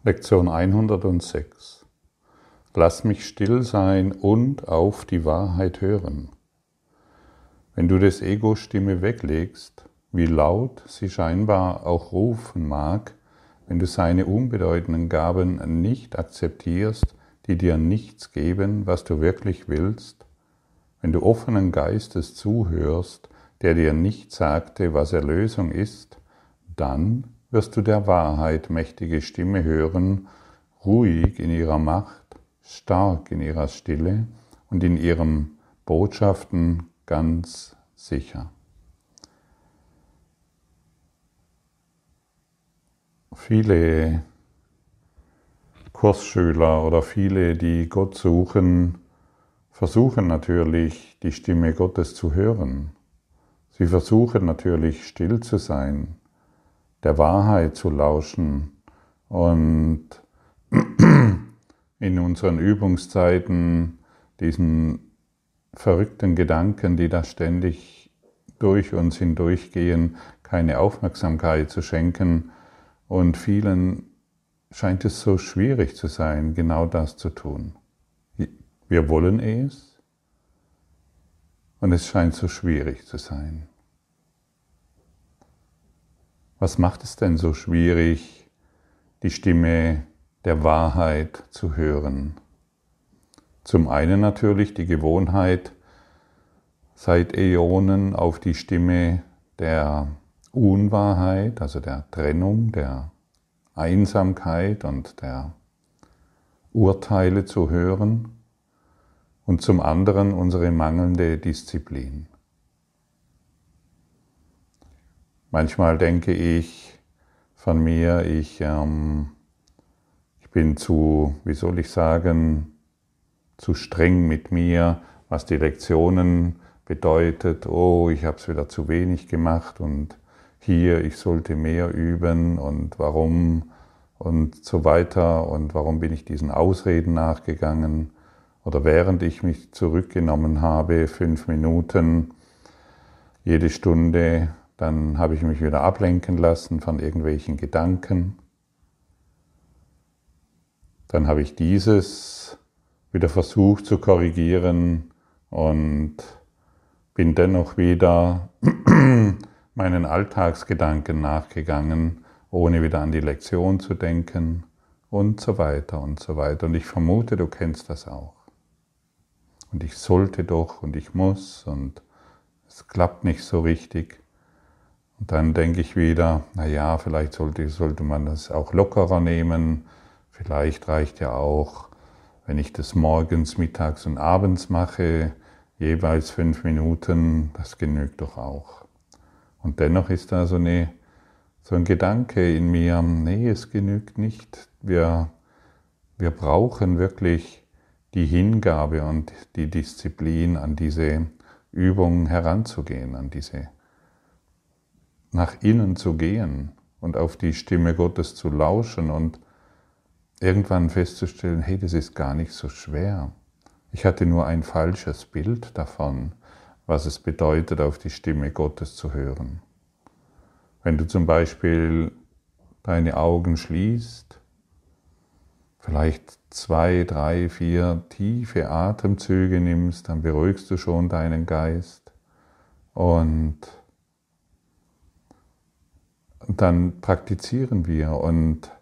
Lektion 106. Lass mich still sein und auf die Wahrheit hören. Wenn du des Egos Stimme weglegst, wie laut sie scheinbar auch rufen mag, wenn du seine unbedeutenden Gaben nicht akzeptierst, die dir nichts geben, was du wirklich willst, wenn du offenen Geistes zuhörst, der dir nicht sagte, was Erlösung ist, dann wirst du der Wahrheit mächtige Stimme hören, ruhig in ihrer Macht, stark in ihrer Stille und in ihren Botschaften ganz sicher. Viele Kursschüler oder viele, die Gott suchen, versuchen natürlich, die Stimme Gottes zu hören. Sie versuchen natürlich, still zu sein, der Wahrheit zu lauschen und in unseren Übungszeiten diesen verrückten Gedanken, die da ständig durch uns hindurchgehen, keine Aufmerksamkeit zu schenken. Und vielen scheint es so schwierig zu sein, genau das zu tun. Wir wollen es und es scheint so schwierig zu sein. Was macht es denn so schwierig, die Stimme der Wahrheit zu hören? Zum einen natürlich die Gewohnheit, seit Äonen auf die Stimme der Unwahrheit, also der Trennung, der Einsamkeit und der Urteile zu hören, und zum anderen unsere mangelnde Disziplin. Manchmal denke ich von mir, ich bin zu, wie soll ich sagen, zu streng mit mir, was die Lektionen bedeutet. Oh, ich habe es wieder zu wenig gemacht und hier, ich sollte mehr üben und warum und so weiter und warum bin ich diesen Ausreden nachgegangen oder während ich mich zurückgenommen habe, 5 Minuten, jede Stunde, dann habe ich mich wieder ablenken lassen von irgendwelchen Gedanken. Dann habe ich dieses wieder versucht zu korrigieren und bin dennoch wieder meinen Alltagsgedanken nachgegangen, ohne wieder an die Lektion zu denken und so weiter und so weiter. Und ich vermute, du kennst das auch. Und ich sollte doch und ich muss und es klappt nicht so richtig. Und dann denke ich wieder, naja, vielleicht sollte man das auch lockerer nehmen. Vielleicht reicht ja auch, wenn ich das morgens, mittags und abends mache, jeweils 5 Minuten, das genügt doch auch. Und dennoch ist da so ein Gedanke in mir, nee, es genügt nicht. Wir brauchen wirklich die Hingabe und die Disziplin, an diese Übung heranzugehen, an diese nach innen zu gehen und auf die Stimme Gottes zu lauschen und irgendwann festzustellen, hey, das ist gar nicht so schwer. Ich hatte nur ein falsches Bild davon, was es bedeutet, auf die Stimme Gottes zu hören. Wenn du zum Beispiel deine Augen schließt, vielleicht 2, 3, 4 tiefe Atemzüge nimmst, dann beruhigst du schon deinen Geist und dann praktizieren wir. Und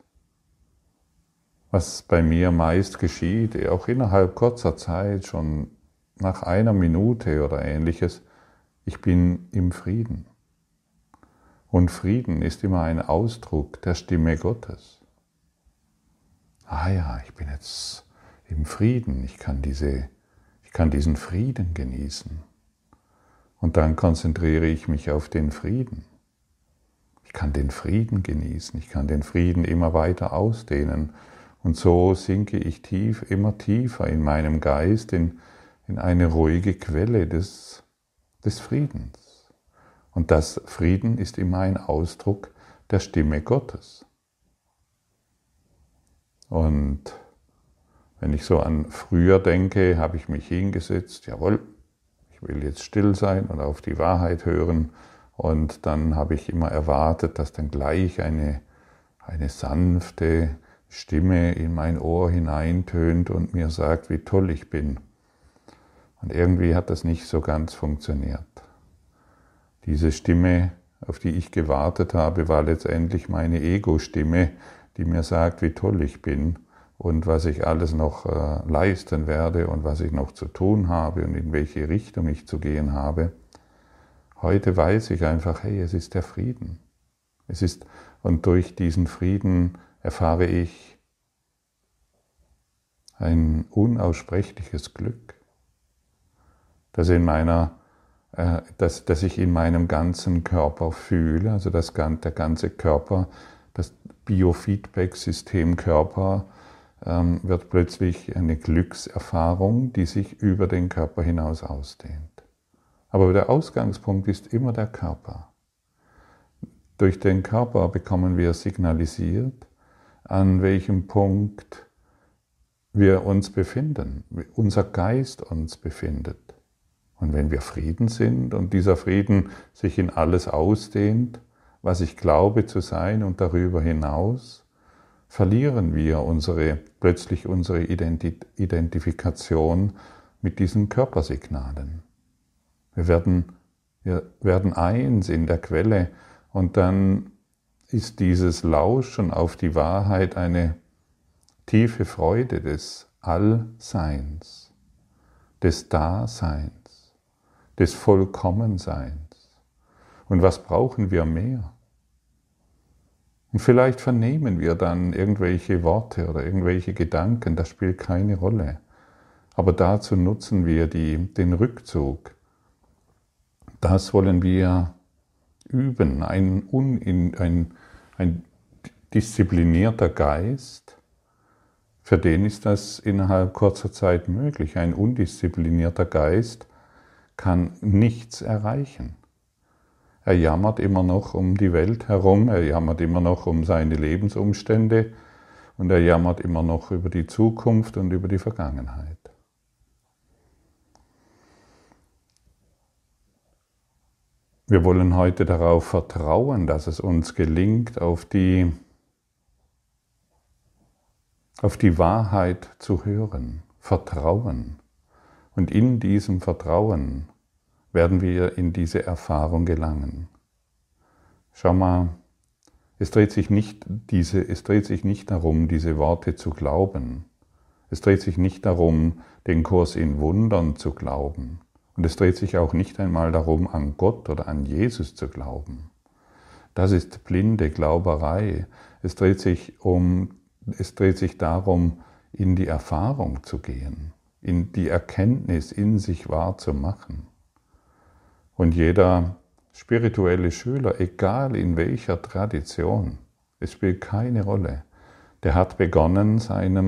was bei mir meist geschieht, auch innerhalb kurzer Zeit, schon nach 1 Minute oder ähnliches, ich bin im Frieden. Und Frieden ist immer ein Ausdruck der Stimme Gottes. Ah ja, ich bin jetzt im Frieden, ich kann diesen Frieden genießen. Und dann konzentriere ich mich auf den Frieden. Ich kann den Frieden genießen, ich kann den Frieden immer weiter ausdehnen. Und so sinke ich immer tiefer in meinem Geist in eine ruhige Quelle des Friedens. Und das Frieden ist immer ein Ausdruck der Stimme Gottes. Und wenn ich so an früher denke, habe ich mich hingesetzt, jawohl, ich will jetzt still sein und auf die Wahrheit hören. Und dann habe ich immer erwartet, dass dann gleich eine sanfte Stimme in mein Ohr hineintönt und mir sagt, wie toll ich bin. Und irgendwie hat das nicht so ganz funktioniert. Diese Stimme, auf die ich gewartet habe, war letztendlich meine Ego-Stimme, die mir sagt, wie toll ich bin und was ich alles noch leisten werde und was ich noch zu tun habe und in welche Richtung ich zu gehen habe. Heute weiß ich einfach, hey, es ist der Frieden. Und durch diesen Frieden erfahre ich ein unaussprechliches Glück, das ich in meinem ganzen Körper fühle, also der ganze Körper, das Biofeedback-System Körper wird plötzlich eine Glückserfahrung, die sich über den Körper hinaus ausdehnt. Aber der Ausgangspunkt ist immer der Körper. Durch den Körper bekommen wir signalisiert, an welchem Punkt wir uns befinden, unser Geist uns befindet. Und wenn wir Frieden sind und dieser Frieden sich in alles ausdehnt, was ich glaube zu sein und darüber hinaus, verlieren wir plötzlich unsere Identifikation mit diesen Körpersignalen. Wir werden eins in der Quelle und dann ist dieses Lauschen auf die Wahrheit eine tiefe Freude des Allseins, des Daseins, des Vollkommenseins. Und was brauchen wir mehr? Und vielleicht vernehmen wir dann irgendwelche Worte oder irgendwelche Gedanken, das spielt keine Rolle. Aber dazu nutzen wir den Rückzug. Das wollen wir üben. Ein disziplinierter Geist, für den ist das innerhalb kurzer Zeit möglich. Ein undisziplinierter Geist kann nichts erreichen. Er jammert immer noch um die Welt herum, er jammert immer noch um seine Lebensumstände und er jammert immer noch über die Zukunft und über die Vergangenheit. Wir wollen heute darauf vertrauen, dass es uns gelingt, auf die Wahrheit zu hören. Vertrauen. Und in diesem Vertrauen werden wir in diese Erfahrung gelangen. Schau mal, es dreht sich nicht darum, diese Worte zu glauben. Es dreht sich nicht darum, den Kurs in Wundern zu glauben. Und es dreht sich auch nicht einmal darum, an Gott oder an Jesus zu glauben. Das ist blinde Glauberei. Es dreht sich darum, in die Erfahrung zu gehen, in die Erkenntnis in sich wahrzumachen. Und jeder spirituelle Schüler, egal in welcher Tradition, es spielt keine Rolle, der hat begonnen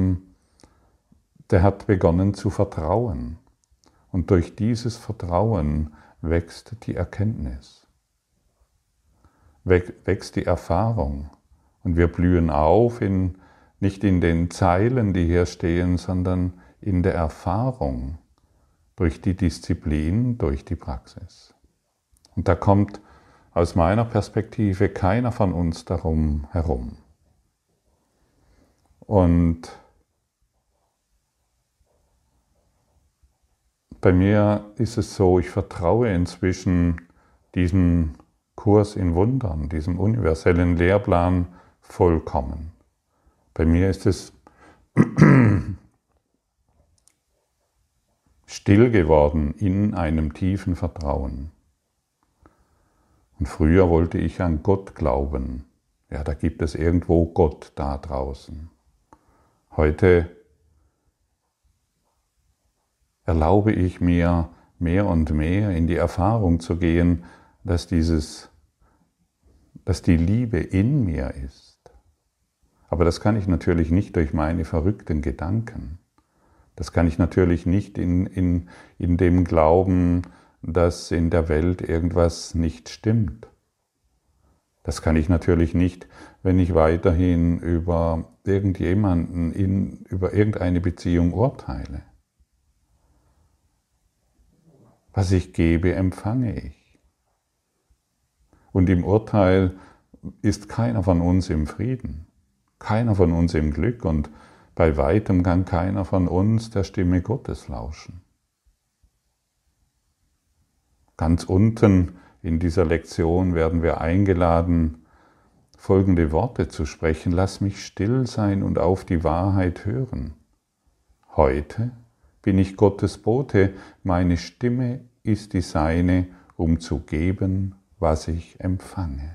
zu vertrauen. Und durch dieses Vertrauen wächst die Erkenntnis, wächst die Erfahrung. Und wir blühen auf, nicht in den Zeilen, die hier stehen, sondern in der Erfahrung, durch die Disziplin, durch die Praxis. Und da kommt aus meiner Perspektive keiner von uns darum herum. Und bei mir ist es so, ich vertraue inzwischen diesem Kurs in Wundern, diesem universellen Lehrplan vollkommen. Bei mir ist es still geworden in einem tiefen Vertrauen. Und früher wollte ich an Gott glauben. Ja, da gibt es irgendwo Gott da draußen. Heute erlaube ich mir mehr und mehr in die Erfahrung zu gehen, dass die Liebe in mir ist. Aber das kann ich natürlich nicht durch meine verrückten Gedanken. Das kann ich natürlich nicht in dem Glauben, dass in der Welt irgendwas nicht stimmt. Das kann ich natürlich nicht, wenn ich weiterhin über irgendjemanden, über irgendeine Beziehung urteile. Was ich gebe, empfange ich. Und im Urteil ist keiner von uns im Frieden. Keiner von uns im Glück und bei weitem kann keiner von uns der Stimme Gottes lauschen. Ganz unten in dieser Lektion werden wir eingeladen, folgende Worte zu sprechen. Lass mich still sein und auf die Wahrheit hören. Heute bin ich Gottes Bote, meine Stimme ist die seine, um zu geben, was ich empfange.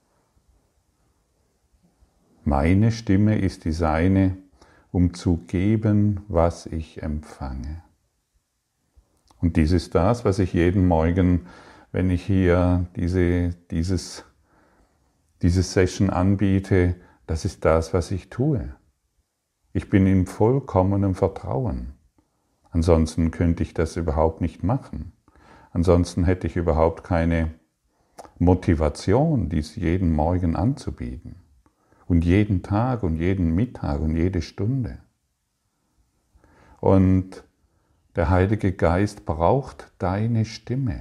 Meine Stimme ist die seine, um zu geben, was ich empfange. Und dies ist das, was ich jeden Morgen, wenn ich hier diese Session anbiete, das ist das, was ich tue. Ich bin in vollkommenem Vertrauen. Ansonsten könnte ich das überhaupt nicht machen. Ansonsten hätte ich überhaupt keine Motivation, dies jeden Morgen anzubieten. Und jeden Tag und jeden Mittag und jede Stunde. Und der Heilige Geist braucht deine Stimme.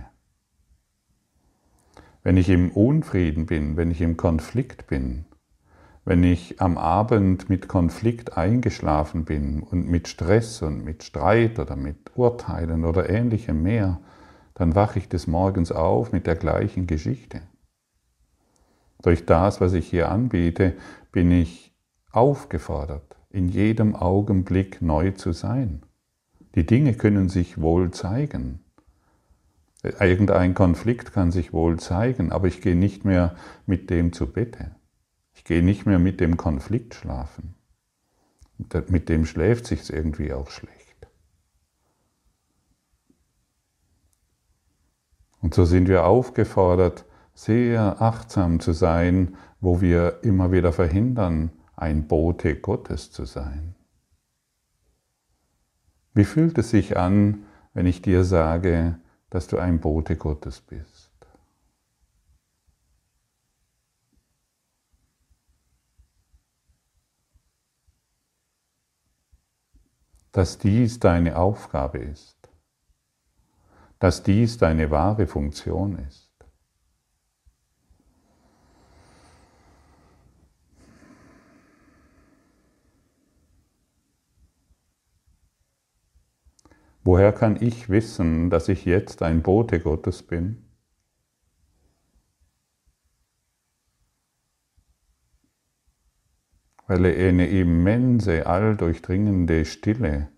Wenn ich im Unfrieden bin, wenn ich im Konflikt bin, wenn ich am Abend mit Konflikt eingeschlafen bin und mit Stress und mit Streit oder mit Urteilen oder ähnlichem mehr, dann wache ich des Morgens auf mit der gleichen Geschichte. Durch das, was ich hier anbiete, bin ich aufgefordert, in jedem Augenblick neu zu sein. Die Dinge können sich wohl zeigen. Irgendein Konflikt kann sich wohl zeigen, aber ich gehe nicht mehr mit dem zu Bette. Ich gehe nicht mehr mit dem Konflikt schlafen. Mit dem schläft sich's irgendwie auch schlecht. Und so sind wir aufgefordert, sehr achtsam zu sein, wo wir immer wieder verhindern, ein Bote Gottes zu sein. Wie fühlt es sich an, wenn ich dir sage, dass du ein Bote Gottes bist? Dass dies deine Aufgabe ist, dass dies deine wahre Funktion ist. Woher kann ich wissen, dass ich jetzt ein Bote Gottes bin? Weil ich eine immense, alldurchdringende Stille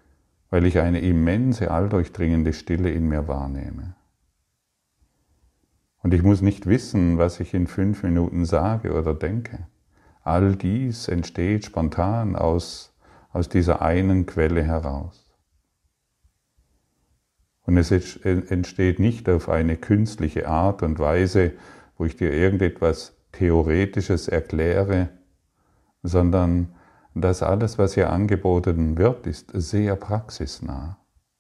in mir wahrnehme. Und ich muss nicht wissen, was ich in 5 Minuten sage oder denke. All dies entsteht spontan aus dieser einen Quelle heraus. Und es entsteht nicht auf eine künstliche Art und Weise, wo ich dir irgendetwas Theoretisches erkläre, sondern das alles, was hier angeboten wird, ist sehr praxisnah.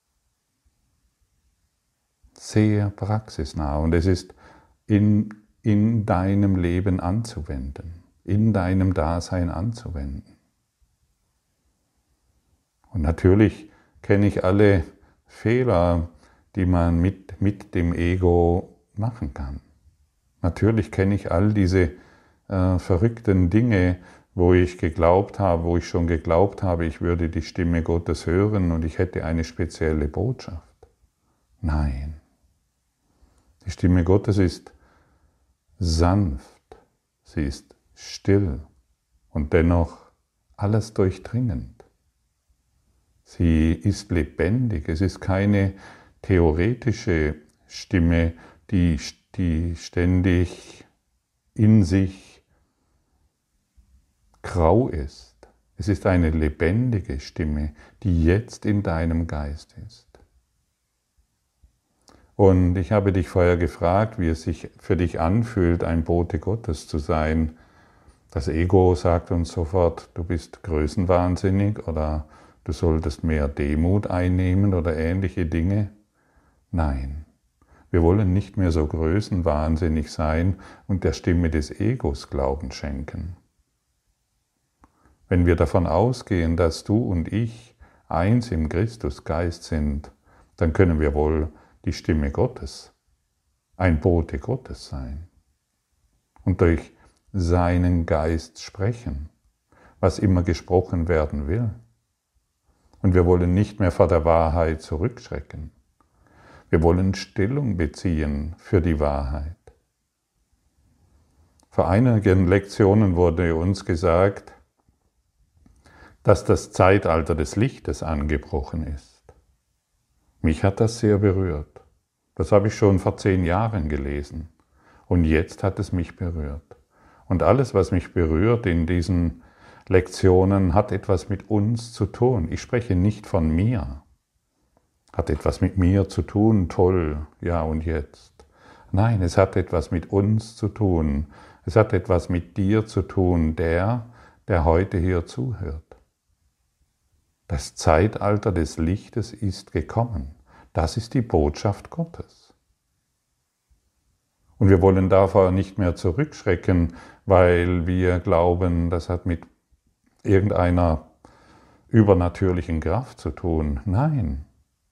Sehr praxisnah. Und es ist in deinem Leben anzuwenden, in deinem Dasein anzuwenden. Und natürlich kenne ich alle Fehler, die man mit dem Ego machen kann. Natürlich kenne ich all diese verrückten Dinge, wo ich schon geglaubt habe, ich würde die Stimme Gottes hören und ich hätte eine spezielle Botschaft. Nein. Die Stimme Gottes ist sanft, sie ist still und dennoch alles durchdringend. Sie ist lebendig, es ist keine theoretische Stimme, die ständig in sich grau ist. Es ist eine lebendige Stimme, die jetzt in deinem Geist ist. Und ich habe dich vorher gefragt, wie es sich für dich anfühlt, ein Bote Gottes zu sein. Das Ego sagt uns sofort, du bist größenwahnsinnig oder du solltest mehr Demut einnehmen oder ähnliche Dinge. Nein, wir wollen nicht mehr so größenwahnsinnig sein und der Stimme des Egos Glauben schenken. Wenn wir davon ausgehen, dass du und ich eins im Christusgeist sind, dann können wir wohl die Stimme Gottes, ein Bote Gottes sein und durch seinen Geist sprechen. was immer gesprochen werden will. Und wir wollen nicht mehr vor der Wahrheit zurückschrecken. Wir wollen Stellung beziehen für die Wahrheit. Vor einigen Lektionen wurde uns gesagt, dass das Zeitalter des Lichtes angebrochen ist. Mich hat das sehr berührt. Das habe ich schon vor 10 Jahren gelesen. Und jetzt hat es mich berührt. Und alles, was mich berührt in diesen Lektionen, hat etwas mit uns zu tun. Ich spreche nicht von mir. Hat etwas mit mir zu tun, toll, ja und jetzt. Nein, es hat etwas mit uns zu tun. Es hat etwas mit dir zu tun, der heute hier zuhört. Das Zeitalter des Lichtes ist gekommen. Das ist die Botschaft Gottes. Und wir wollen davor nicht mehr zurückschrecken, weil wir glauben, das hat mit irgendeiner übernatürlichen Kraft zu tun. Nein.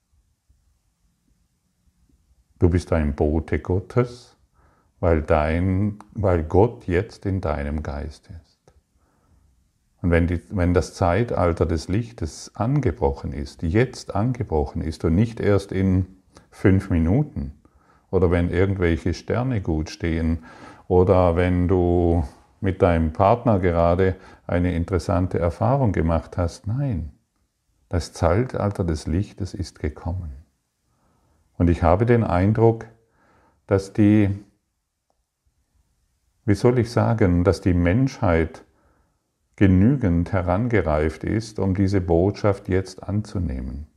Du bist ein Bote Gottes, weil Gott jetzt in deinem Geist ist. Und wenn das Zeitalter des Lichtes angebrochen ist, jetzt angebrochen ist und nicht erst in 5 Minuten oder wenn irgendwelche Sterne gut stehen oder wenn du mit deinem Partner gerade eine interessante Erfahrung gemacht hast, nein, das Zeitalter des Lichtes ist gekommen. Und ich habe den Eindruck, dass die Menschheit genügend herangereift ist, um diese Botschaft jetzt anzunehmen.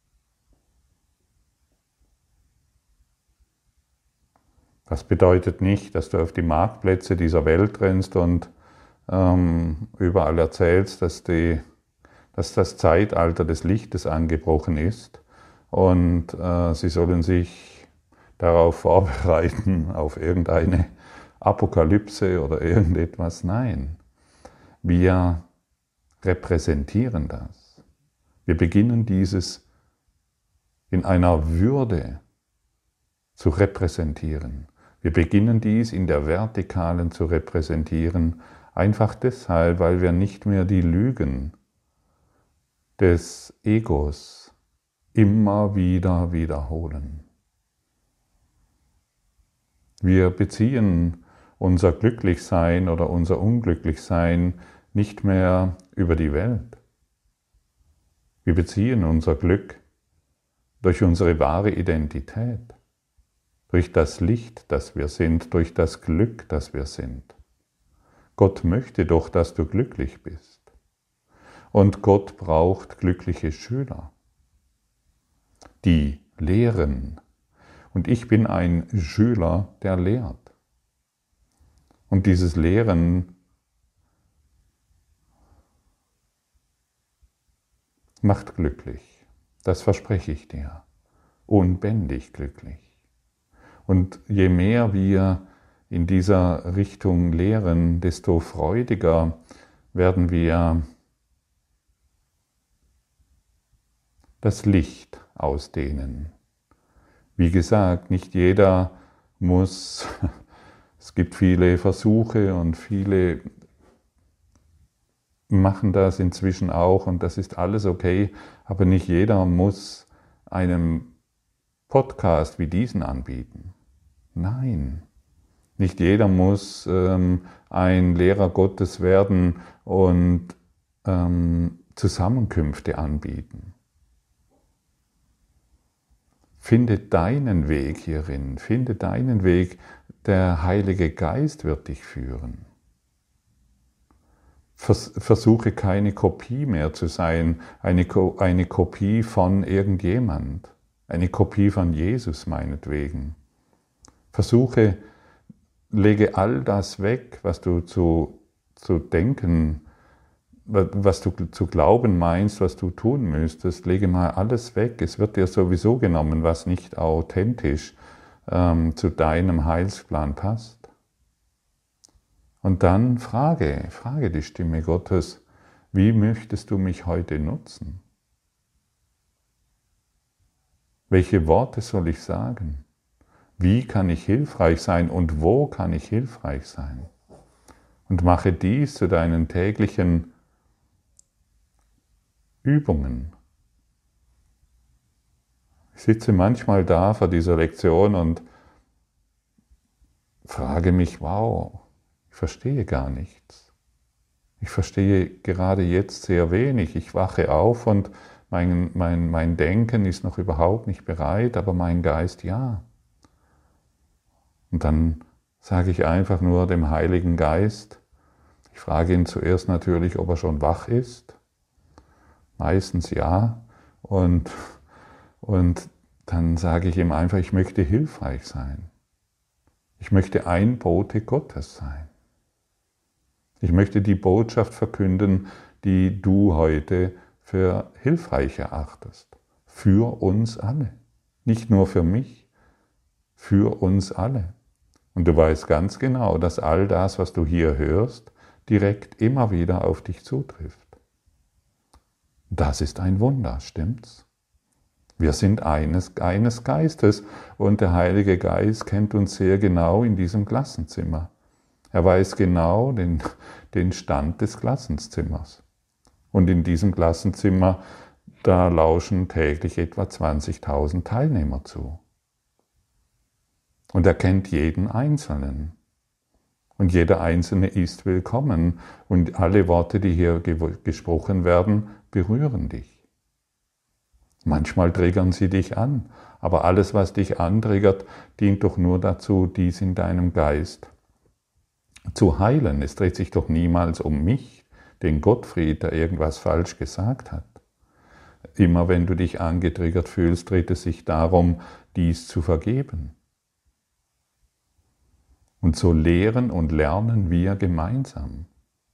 Das bedeutet nicht, dass du auf die Marktplätze dieser Welt rennst und überall erzählst, dass das Zeitalter des Lichtes angebrochen ist und sie sollen sich darauf vorbereiten, auf irgendeine Apokalypse oder irgendetwas. Nein. Wir repräsentieren das. Wir beginnen dieses in einer Würde zu repräsentieren. Wir beginnen dies in der Vertikalen zu repräsentieren, einfach deshalb, weil wir nicht mehr die Lügen des Egos immer wieder wiederholen. Wir beziehen unser Glücklichsein oder unser Unglücklichsein nicht mehr über die Welt. Wir beziehen unser Glück durch unsere wahre Identität, durch das Licht, das wir sind, durch das Glück, das wir sind. Gott möchte doch, dass du glücklich bist. Und Gott braucht glückliche Schüler, die lehren. Und ich bin ein Schüler, der lehrt. Und dieses Lehren macht glücklich. Das verspreche ich dir. Unbändig glücklich. Und je mehr wir in dieser Richtung lehren, desto freudiger werden wir das Licht ausdehnen. Wie gesagt, nicht jeder muss, es gibt viele Versuche und viele machen das inzwischen auch und das ist alles okay, aber nicht jeder muss einen Podcast wie diesen anbieten. Nein, nicht jeder muss ein Lehrer Gottes werden und Zusammenkünfte anbieten. Finde deinen Weg hierin, finde deinen Weg, der Heilige Geist wird dich führen. Versuche keine Kopie mehr zu sein, eine Kopie von irgendjemand, eine Kopie von Jesus meinetwegen. Lege all das weg, was du zu denken, was du zu glauben meinst, was du tun müsstest, lege mal alles weg. Es wird dir sowieso genommen, was nicht authentisch zu deinem Heilsplan passt. Und dann frage die Stimme Gottes, wie möchtest du mich heute nutzen? Welche Worte soll ich sagen? Wie kann ich hilfreich sein und wo kann ich hilfreich sein? Und mache dies zu deinen täglichen Übungen. Ich sitze manchmal da vor dieser Lektion und frage mich, wow, ich verstehe gar nichts. Ich verstehe gerade jetzt sehr wenig. Ich wache auf und mein Denken ist noch überhaupt nicht bereit, aber mein Geist ja. Und dann sage ich einfach nur dem Heiligen Geist, ich frage ihn zuerst natürlich, ob er schon wach ist. Meistens ja. Und dann sage ich ihm einfach, ich möchte hilfreich sein. Ich möchte ein Bote Gottes sein. Ich möchte die Botschaft verkünden, die du heute für hilfreich erachtest. Für uns alle. Nicht nur für mich, für uns alle. Und du weißt ganz genau, dass all das, was du hier hörst, direkt immer wieder auf dich zutrifft. Das ist ein Wunder, stimmt's? Wir sind eines Geistes und der Heilige Geist kennt uns sehr genau in diesem Klassenzimmer. Er weiß genau den Stand des Klassenzimmers. Und in diesem Klassenzimmer, da lauschen täglich etwa 20.000 Teilnehmer zu. Und er kennt jeden Einzelnen. Und jeder Einzelne ist willkommen. Und alle Worte, die hier gesprochen werden, berühren dich. Manchmal triggern sie dich an, aber alles, was dich antriggert, dient doch nur dazu, dies in deinem Geist zu heilen. Es dreht sich doch niemals um mich, den Gottfried, der irgendwas falsch gesagt hat. Immer wenn du dich angetriggert fühlst, dreht es sich darum, dies zu vergeben. Und so lehren und lernen wir gemeinsam.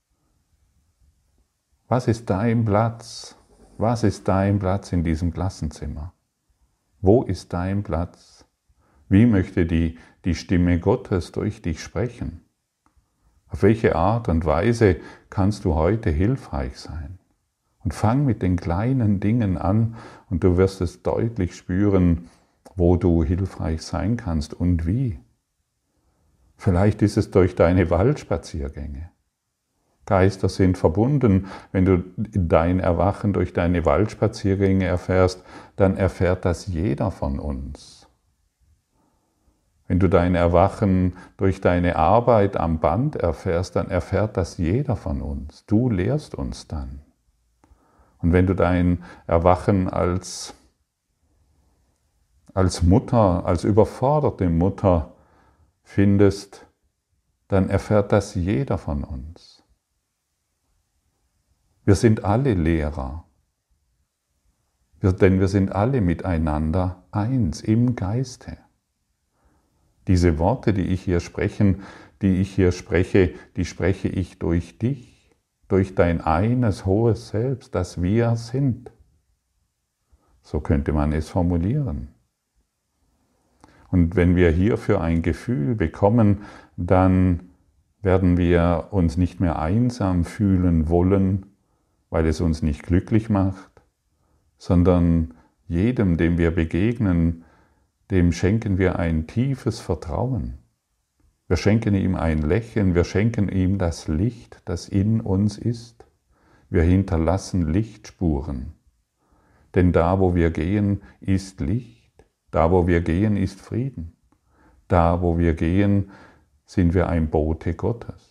Was ist dein Platz? Was ist dein Platz in diesem Klassenzimmer? Wo ist dein Platz? Wie möchte die Stimme Gottes durch dich sprechen? Auf welche Art und Weise kannst du heute hilfreich sein? Und fang mit den kleinen Dingen an und du wirst es deutlich spüren, wo du hilfreich sein kannst und wie. Vielleicht ist es durch deine Waldspaziergänge. Geister sind verbunden. Wenn du dein Erwachen durch deine Waldspaziergänge erfährst, dann erfährt das jeder von uns. Wenn du dein Erwachen durch deine Arbeit am Band erfährst, dann erfährt das jeder von uns. Du lehrst uns dann. Und wenn du dein Erwachen als Mutter, als überforderte Mutter findest, dann erfährt das jeder von uns. Wir sind alle Lehrer, denn wir sind alle miteinander eins im Geiste. Diese Worte, die ich hier spreche, die spreche ich durch dich, durch dein eines hohes Selbst, das wir sind. So könnte man es formulieren. Und wenn wir hierfür ein Gefühl bekommen, dann werden wir uns nicht mehr einsam fühlen wollen, weil es uns nicht glücklich macht, sondern jedem, dem wir begegnen, dem schenken wir ein tiefes Vertrauen. Wir schenken ihm ein Lächeln, wir schenken ihm das Licht, das in uns ist. Wir hinterlassen Lichtspuren. Denn da, wo wir gehen, ist Licht. Da, wo wir gehen, ist Frieden. Da, wo wir gehen, sind wir ein Bote Gottes.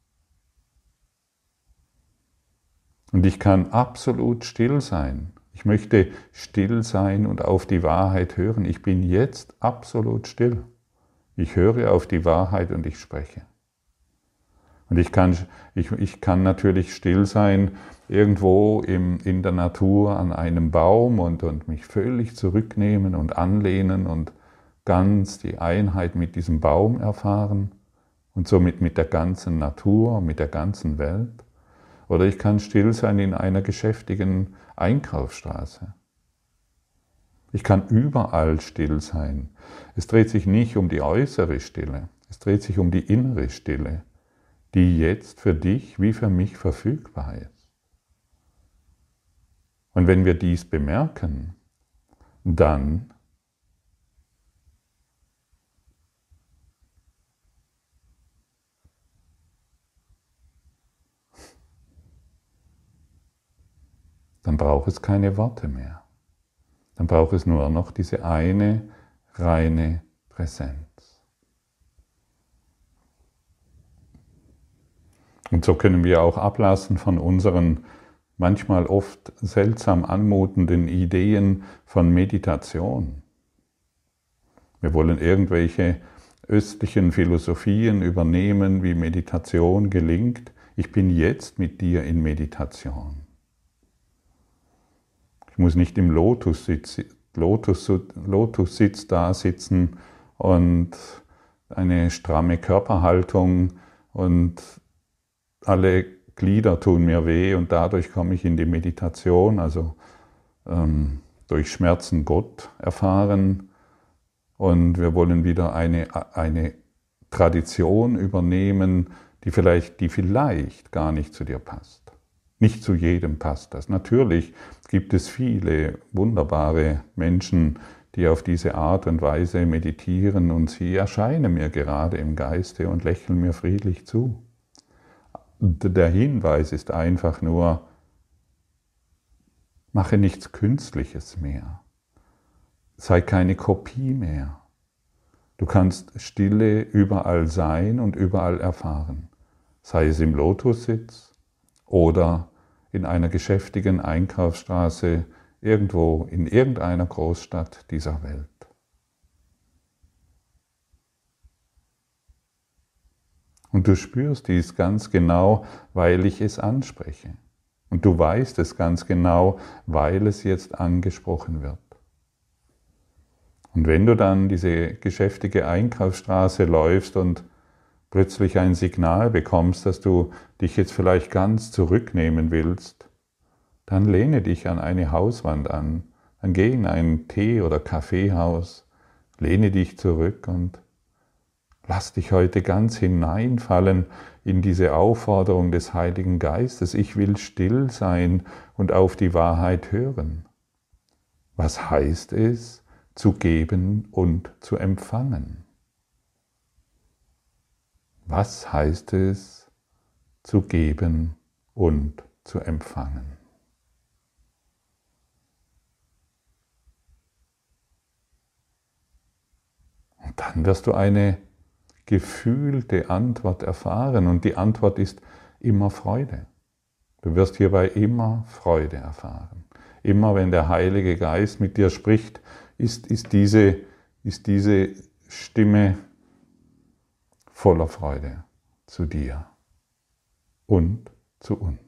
Und ich kann absolut still sein. Ich möchte still sein und auf die Wahrheit hören. Ich bin jetzt absolut still. Ich höre auf die Wahrheit und ich spreche. Und ich kann natürlich still sein irgendwo in der Natur an einem Baum und mich völlig zurücknehmen und anlehnen und ganz die Einheit mit diesem Baum erfahren und somit mit der ganzen Natur, mit der ganzen Welt. Oder ich kann still sein in einer geschäftigen Einkaufsstraße. Ich kann überall still sein. Es dreht sich nicht um die äußere Stille, es dreht sich um die innere Stille, die jetzt für dich wie für mich verfügbar ist. Und wenn wir dies bemerken, dann dann braucht es keine Worte mehr. Dann braucht es nur noch diese eine reine Präsenz. Und so können wir auch ablassen von unseren manchmal oft seltsam anmutenden Ideen von Meditation. Wir wollen irgendwelche östlichen Philosophien übernehmen, wie Meditation gelingt. Ich bin jetzt mit dir in Meditation. Ich muss nicht im Lotussitz da sitzen und eine stramme Körperhaltung und alle Glieder tun mir weh und dadurch komme ich in die Meditation, also durch Schmerzen Gott erfahren. Und wir wollen wieder eine Tradition übernehmen, die vielleicht gar nicht zu dir passt. Nicht zu jedem passt das. Natürlich gibt es viele wunderbare Menschen, die auf diese Art und Weise meditieren und sie erscheinen mir gerade im Geiste und lächeln mir friedlich zu. Der Hinweis ist einfach nur, mache nichts Künstliches mehr. Sei keine Kopie mehr. Du kannst Stille überall sein und überall erfahren. Sei es im Lotussitz oder in einer geschäftigen Einkaufsstraße irgendwo in irgendeiner Großstadt dieser Welt. Und du spürst dies ganz genau, weil ich es anspreche. Und du weißt es ganz genau, weil es jetzt angesprochen wird. Und wenn du dann diese geschäftige Einkaufsstraße läufst und plötzlich ein Signal bekommst, dass du dich jetzt vielleicht ganz zurücknehmen willst, dann lehne dich an eine Hauswand an, dann geh in ein Tee- oder Kaffeehaus, lehne dich zurück und lass dich heute ganz hineinfallen in diese Aufforderung des Heiligen Geistes. Ich will still sein und auf die Wahrheit hören. Was heißt es, zu geben und zu empfangen? Was heißt es, zu geben und zu empfangen? Und dann wirst du eine gefühlte Antwort erfahren und die Antwort ist immer Freude. Du wirst hierbei immer Freude erfahren. Immer wenn der Heilige Geist mit dir spricht, ist diese Stimme voller Freude zu dir und zu uns.